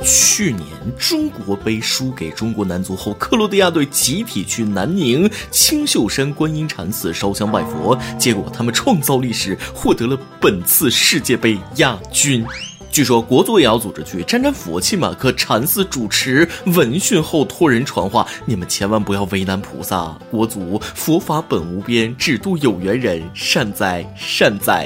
去年中国杯输给中国男足后，克罗地亚队集体去南宁青秀山观音禅寺烧香拜佛，结果他们创造历史，获得了本次世界杯亚军。据说国足也要组织去沾沾佛气嘛，可禅寺主持闻讯后托人传话，你们千万不要为难菩萨，国足佛法本无边，只渡有缘人，善哉善哉。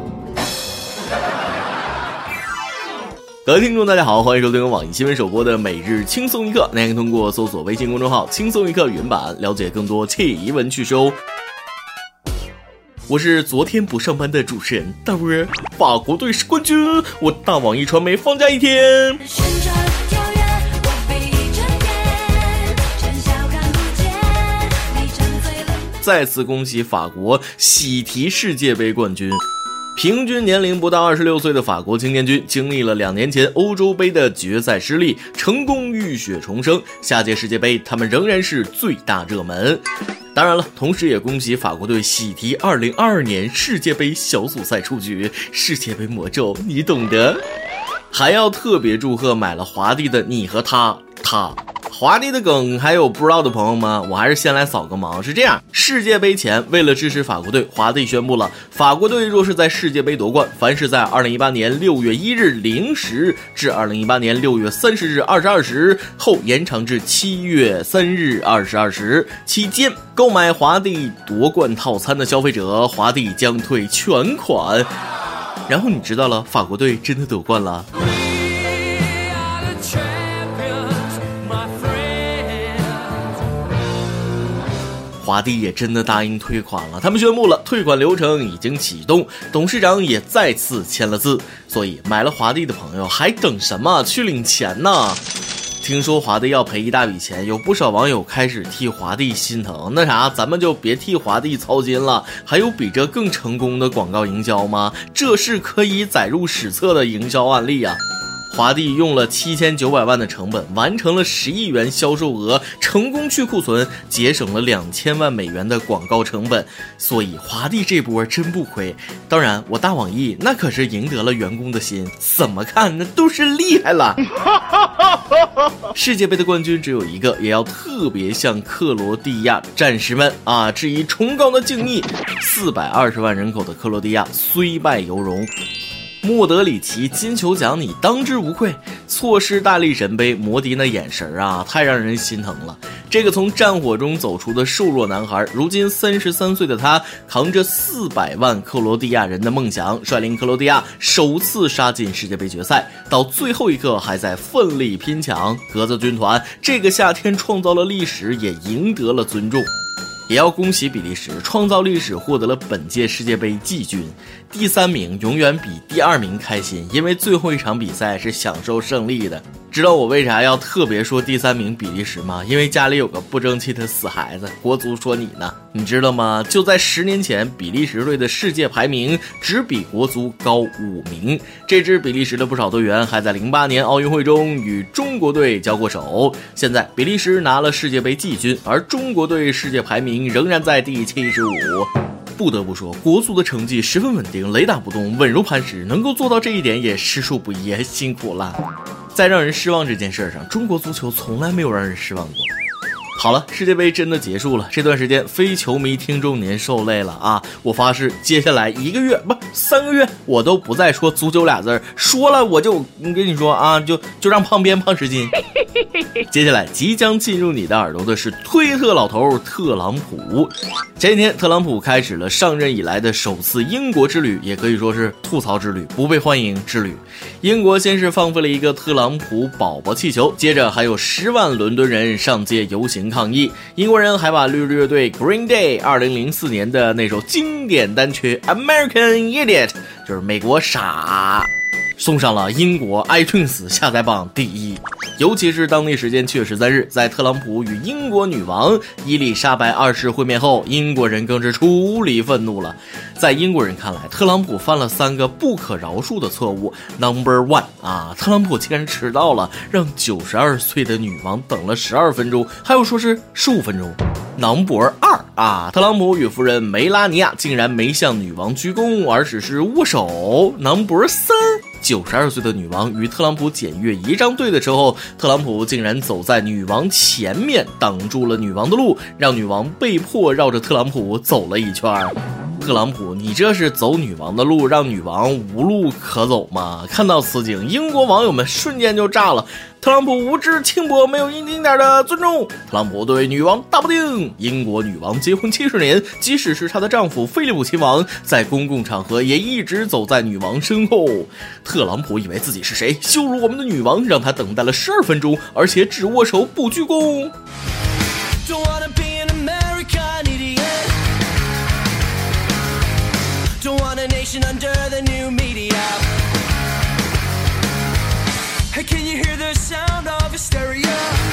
各位听众大家好，欢迎收听网易新闻首播的每日轻松一刻，您可以通过搜索微信公众号轻松一刻原版了解更多奇闻趣事哦。我是昨天不上班的主持人大波，法国队是冠军，我大网易传媒放假一天。再次恭喜法国喜提世界杯冠军。平均年龄不到26岁的法国青年军经历了2年前欧洲杯的决赛失利，成功浴血重生，下届世界杯他们仍然是最大热门。当然了，同时也恭喜法国队喜提2022年世界杯小组赛出局，世界杯魔咒你懂得。还要特别祝贺买了华帝的你和他。华帝的梗还有不知道的朋友们，我还是先来扫个盲。是这样，世界杯前为了支持法国队，华帝宣布了，法国队若是在世界杯夺冠，凡是在2018年6月1日0时至2018年6月30日22时后延长至7月3日22时期间购买华帝夺冠套餐的消费者，华帝将退全款。然后你知道了，法国队真的夺冠了。华帝也真的答应退款了，他们宣布了退款流程已经启动，董事长也再次签了字，所以买了华帝的朋友还等什么？去领钱呢！听说华帝要赔一大笔钱，有不少网友开始替华帝心疼。那啥，咱们就别替华帝操心了。还有比这更成功的广告营销吗？这是可以载入史册的营销案例啊！华帝用了7900万的成本，完成了10亿元销售额，成功去库存，节省了2000万美元的广告成本，所以华帝这波真不亏。当然，我大网易那可是赢得了员工的心，怎么看那都是厉害了。世界杯的冠军只有一个，也要特别向克罗地亚战士们致以崇高的敬意。420万人口的克罗地亚虽败犹荣。莫德里奇金球奖你当之无愧，错失大力神杯，摩迪那眼神太让人心疼了。这个从战火中走出的瘦弱男孩，如今33岁的他，扛着400万克罗地亚人的梦想，率领克罗地亚首次杀进世界杯决赛，到最后一刻还在奋力拼抢。格子军团这个夏天创造了历史，也赢得了尊重。也要恭喜比利时创造历史，获得了本届世界杯季军。第3名永远比第2名开心，因为最后一场比赛是享受胜利的。知道我为啥要特别说第3名比利时吗？因为家里有个不争气的死孩子，国足说你呢，你知道吗？就在10年前，比利时队的世界排名只比国足高5名。这支比利时的不少队员还在08年奥运会中与中国队交过手。现在比利时拿了世界杯季军，而中国队世界排名仍然在第75。不得不说，国足的成绩十分稳定，雷打不动，稳如磐石，能够做到这一点也实属不易，辛苦了。在让人失望这件事上，中国足球从来没有让人失望过。好了，世界杯真的结束了，这段时间非球迷听众您受累了我发誓接下来1个月不3个月我都不再说足球俩字，说了我就跟你说就让胖编胖10斤。接下来即将进入你的耳朵的是推特老头特朗普。前几天特朗普开始了上任以来的首次英国之旅，也可以说是吐槽之旅，不被欢迎之旅。英国先是放飞了一个特朗普宝宝气球，接着还有10万伦敦人上街游行抗议。英国人还把绿乐队 Green Day 2004年的那首经典单曲 American Idiot 就是美国傻送上了英国 iTunes 下载榜第1。尤其是当地时间7月13日，在特朗普与英国女王伊丽莎白2世会面后，英国人更是出离愤怒了。在英国人看来，特朗普犯了3个不可饶恕的错误。Number 1特朗普竟然迟到了，让92岁的女王等了12分钟，还有说是15分钟。Number 2特朗普与夫人梅拉尼亚竟然没向女王鞠躬，而只是握手。Number 3 92岁的女王与特朗普检阅仪仗队的时候，特朗普竟然走在女王前面，挡住了女王的路，让女王被迫绕着特朗普走了一圈。特朗普，你这是走女王的路，让女王无路可走吗？看到此景，英国网友们瞬间就炸了。特朗普无知轻薄，没有一丁点的尊重。特朗普对女王打不定。英国女王结婚70年，即使是她的丈夫菲利普亲王，在公共场合也一直走在女王身后。特朗普以为自己是谁？羞辱我们的女王，让她等待了12分钟，而且只握手不鞠躬。Don't want a nation under the new media. Can you hear the sound of hysteria?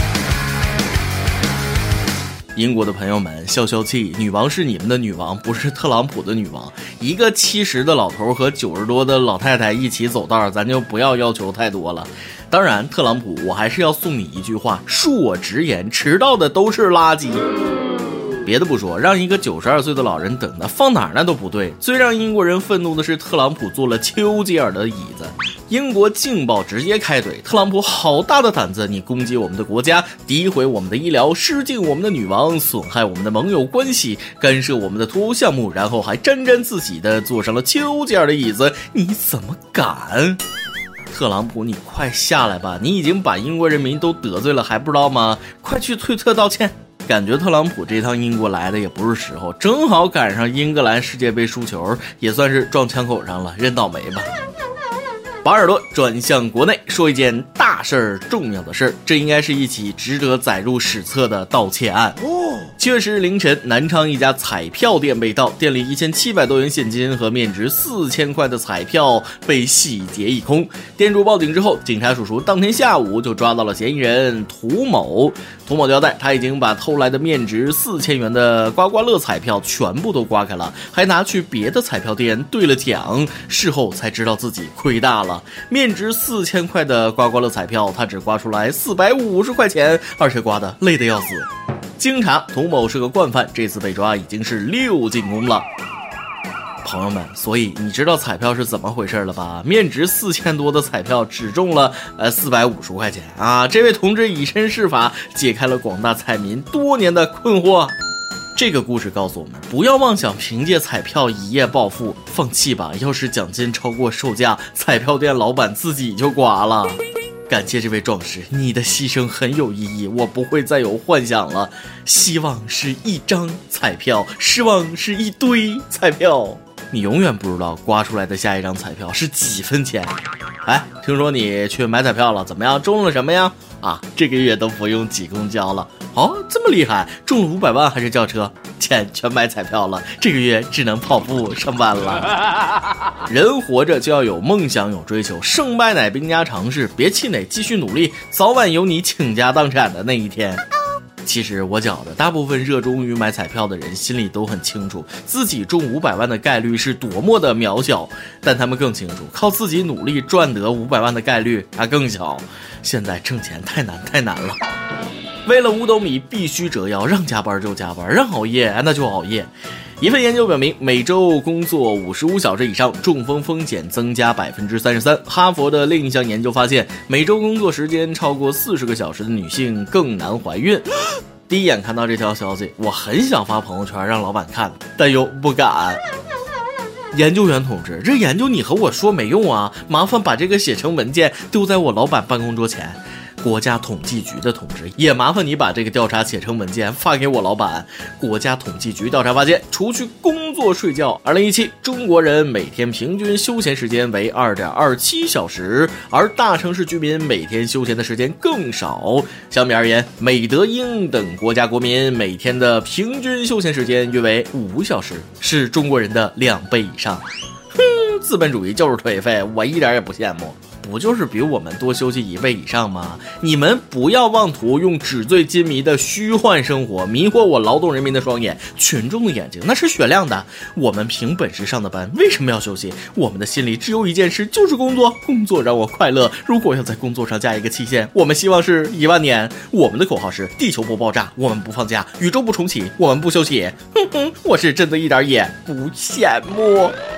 英国的朋友们，消消气，女王是你们的女王，不是特朗普的女王。一个70的老头和90多的老太太一起走道，咱就不要求太多了。当然，特朗普，我还是要送你一句话，恕我直言，迟到的都是垃圾。别的不说，让一个92岁的老人等的放哪儿那都不对。最让英国人愤怒的是，特朗普做了丘吉尔的椅子。英国《镜报》直接开怼，特朗普好大的胆子，你攻击我们的国家，诋毁我们的医疗，失敬我们的女王，损害我们的盟友关系，干涉我们的脱欧项目，然后还沾沾自喜的坐上了丘吉尔的椅子，你怎么敢？特朗普，你快下来吧，你已经把英国人民都得罪了，还不知道吗？快去推特道歉。感觉特朗普这趟英国来的也不是时候，正好赶上英格兰世界杯输球，也算是撞枪口上了，认倒霉吧。把耳朵转向国内，说一件大事儿、重要的事儿。这应该是一起值得载入史册的盗窃案。7月10日凌晨，南昌一家彩票店被盗，店里1700多元现金和面值4000块的彩票被洗劫一空。店主报警之后，警察叔叔当天下午就抓到了嫌疑人涂某。涂某交代，他已经把偷来的面值4000元的刮刮乐彩票全部都刮开了，还拿去别的彩票店兑了奖。事后才知道自己亏大了。面值4000块的刮刮乐彩票，他只刮出来450块钱，而且刮得累得要死。经查，涂某是个惯犯，这次被抓已经是6进宫了。朋友们，所以你知道彩票是怎么回事了吧？面值4000多的彩票只中了450块钱啊！这位同志以身试法，解开了广大彩民多年的困惑。这个故事告诉我们，不要妄想凭借彩票一夜暴富，放弃吧，要是奖金超过售价，彩票店老板自己就刮了。感谢这位壮士，你的牺牲很有意义，我不会再有幻想了。希望是一张彩票，失望是一堆彩票。你永远不知道刮出来的下一张彩票是几分钱。哎，听说你去买彩票了，怎么样？中了什么呀？啊，这个月都不用挤公交了。哦，这么厉害，中了500万还是轿车？钱全买彩票了，这个月只能跑步上班了。人活着就要有梦想，有追求，胜败乃兵家常事，别气馁，继续努力，早晚有你倾家荡产的那一天。其实我觉得大部分热衷于买彩票的人心里都很清楚，自己中500万的概率是多么的渺小，但他们更清楚，靠自己努力赚得500万的概率更小。现在挣钱太难了。为了5斗米必须折腰，让加班就加班，让熬夜那就熬夜。一份研究表明，每周工作55小时以上，中风风险增加33%。哈佛的另一项研究发现，每周工作时间超过40个小时的女性更难怀孕。第一眼看到这条消息，我很想发朋友圈让老板看，但又不敢。研究员同志，这研究你和我说没用啊，麻烦把这个写成文件丢在我老板办公桌前。国家统计局的同志，也麻烦你把这个调查写成文件发给我老板。国家统计局调查发现，除去工作睡觉，2017中国人每天平均休闲时间为2.27小时，而大城市居民每天休闲的时间更少。相比而言，美、德、英等国家国民每天的平均休闲时间约为5小时，是中国人的2倍以上。资本主义就是颓废，我一点也不羡慕。不就是比我们多休息1倍以上吗？你们不要妄图用纸醉金迷的虚幻生活迷惑我劳动人民的双眼，群众的眼睛那是雪亮的。我们凭本事上的班，为什么要休息？我们的心里只有一件事，就是工作。工作让我快乐。如果要在工作上加一个期限，我们希望是1万年。我们的口号是：地球不爆炸，我们不放假；宇宙不重启，我们不休息。我是真的一点也不羡慕。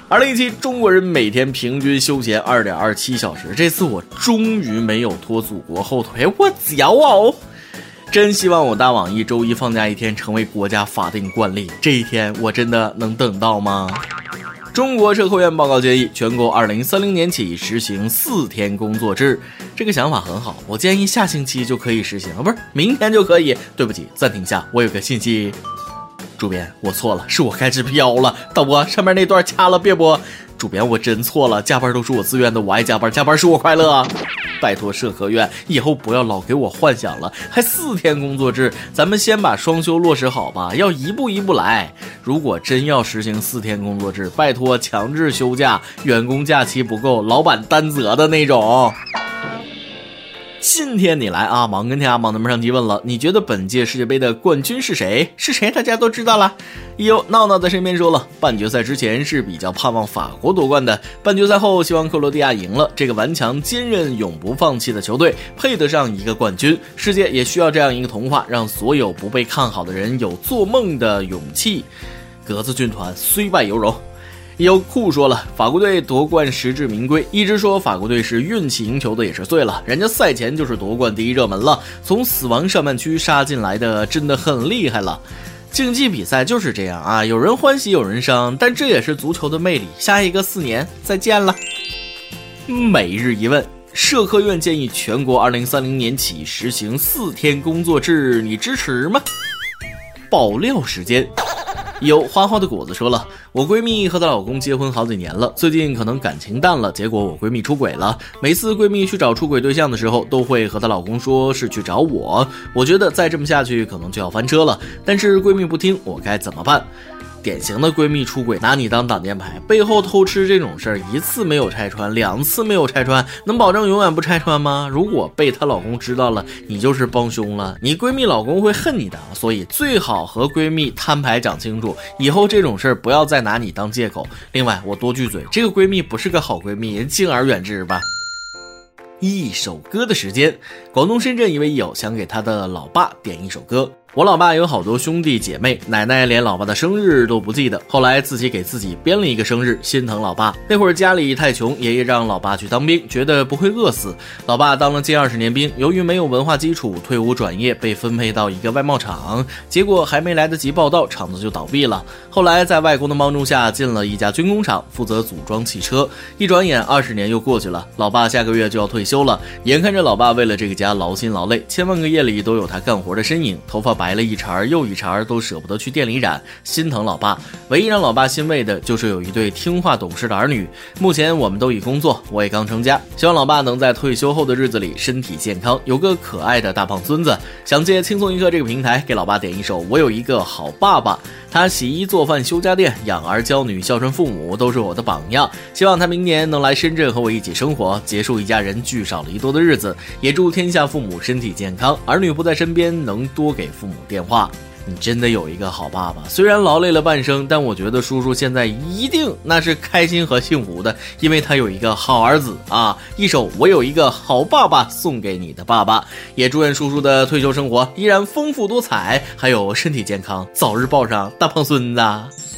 2017中国人每天平均休闲 2.27 小时，这次我终于没有拖祖国后腿，我骄傲。真希望我大网易周一放假一天成为国家法定惯例，这一天我真的能等到吗？中国社科院报告建议，全国2030年起实行4天工作制。这个想法很好，我建议下星期就可以实行，不是明天就可以。对不起，暂停一下，我有个信息。主编，我错了，是我开支飘了。导播，上面那段掐了别播。主编，我真错了，加班都是我自愿的，我爱加班，加班使我快乐啊。拜托社科院，以后不要老给我幻想了，还4天工作制，咱们先把双休落实好吧，要一步一步来。如果真要实行4天工作制，拜托强制休假，员工假期不够，老板担责的那种。今天你来啊，忙跟天啊，忙咱们上提问了，你觉得本届世界杯的冠军是谁？是谁？大家都知道了。有闹闹在身边说了，半决赛之前是比较盼望法国夺冠的，半决赛后希望克罗地亚赢了。这个顽强坚韧永不放弃的球队配得上一个冠军，世界也需要这样一个童话，让所有不被看好的人有做梦的勇气。格子军团虽败犹荣。有酷说了，法国队夺冠实至名归，一直说法国队是运气赢球的也是醉了，人家赛前就是夺冠第一热门了，从死亡上半区杀进来的真的很厉害了。竞技比赛就是这样啊，有人欢喜有人伤，但这也是足球的魅力。下一个4年再见了。每日一问，社科院建议全国2030年起实行4天工作制，你支持吗？爆料时间。有花花的果子说了，我闺蜜和她老公结婚好几年了，最近可能感情淡了，结果我闺蜜出轨了。每次闺蜜去找出轨对象的时候，都会和她老公说是去找我。我觉得再这么下去可能就要翻车了，但是闺蜜不听，我该怎么办？典型的闺蜜出轨，拿你当挡箭牌，背后偷吃这种事儿，1次没有拆穿，2次没有拆穿，能保证永远不拆穿吗？如果被她老公知道了，你就是帮凶了，你闺蜜老公会恨你的，所以最好和闺蜜摊牌讲清楚，以后这种事儿不要再拿你当借口。另外，我多句嘴，这个闺蜜不是个好闺蜜，敬而远之吧。一首歌的时间，广东深圳一位友想给他的老爸点一首歌。我老爸有好多兄弟姐妹，奶奶连老爸的生日都不记得，后来自己给自己编了一个生日，心疼老爸。那会儿家里太穷，爷爷让老爸去当兵，觉得不会饿死。老爸当了近20年兵，由于没有文化基础，退伍转业被分配到一个外贸厂，结果还没来得及报到，厂子就倒闭了。后来在外公的帮助下进了一家军工厂，负责组装汽车。一转眼20年又过去了，老爸下个月就要退休了，眼看着老爸为了这个家劳心劳累，千万个夜里都有他干活的身影，头发白了一茬又一茬，都舍不得去店里染，心疼老爸。唯一让老爸欣慰的就是有一对听话懂事的儿女。目前我们都已工作，我也刚成家，希望老爸能在退休后的日子里身体健康，有个可爱的大胖孙子。想借轻松一刻这个平台给老爸点一首我有一个好爸爸，他洗衣做饭修家电，养儿教女孝顺父母，都是我的榜样。希望他明年能来深圳和我一起生活，结束一家人聚少离多的日子，也祝天下父母身体健康，儿女不在身边能多给父母电话。你真的有一个好爸爸，虽然劳累了半生，但我觉得叔叔现在一定那是开心和幸福的，因为他有一个好儿子啊！一首我有一个好爸爸送给你的爸爸，也祝愿叔叔的退休生活依然丰富多彩，还有身体健康，早日抱上大胖孙子。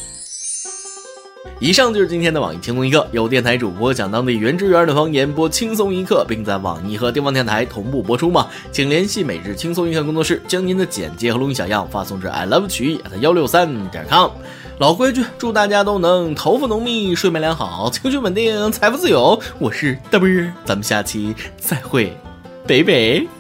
以上就是今天的网易轻松一刻，由电台主播讲当地原汁原味的方言，播轻松一刻，并在网易和地方电台同步播出嘛？请联系每日轻松一刻工作室，将您的简介和录音小样发送至 iLoveQi@163.com。老规矩，祝大家都能头发浓密，睡眠良好，情绪稳定，财富自由。我是大波儿，咱们下期再会，拜拜。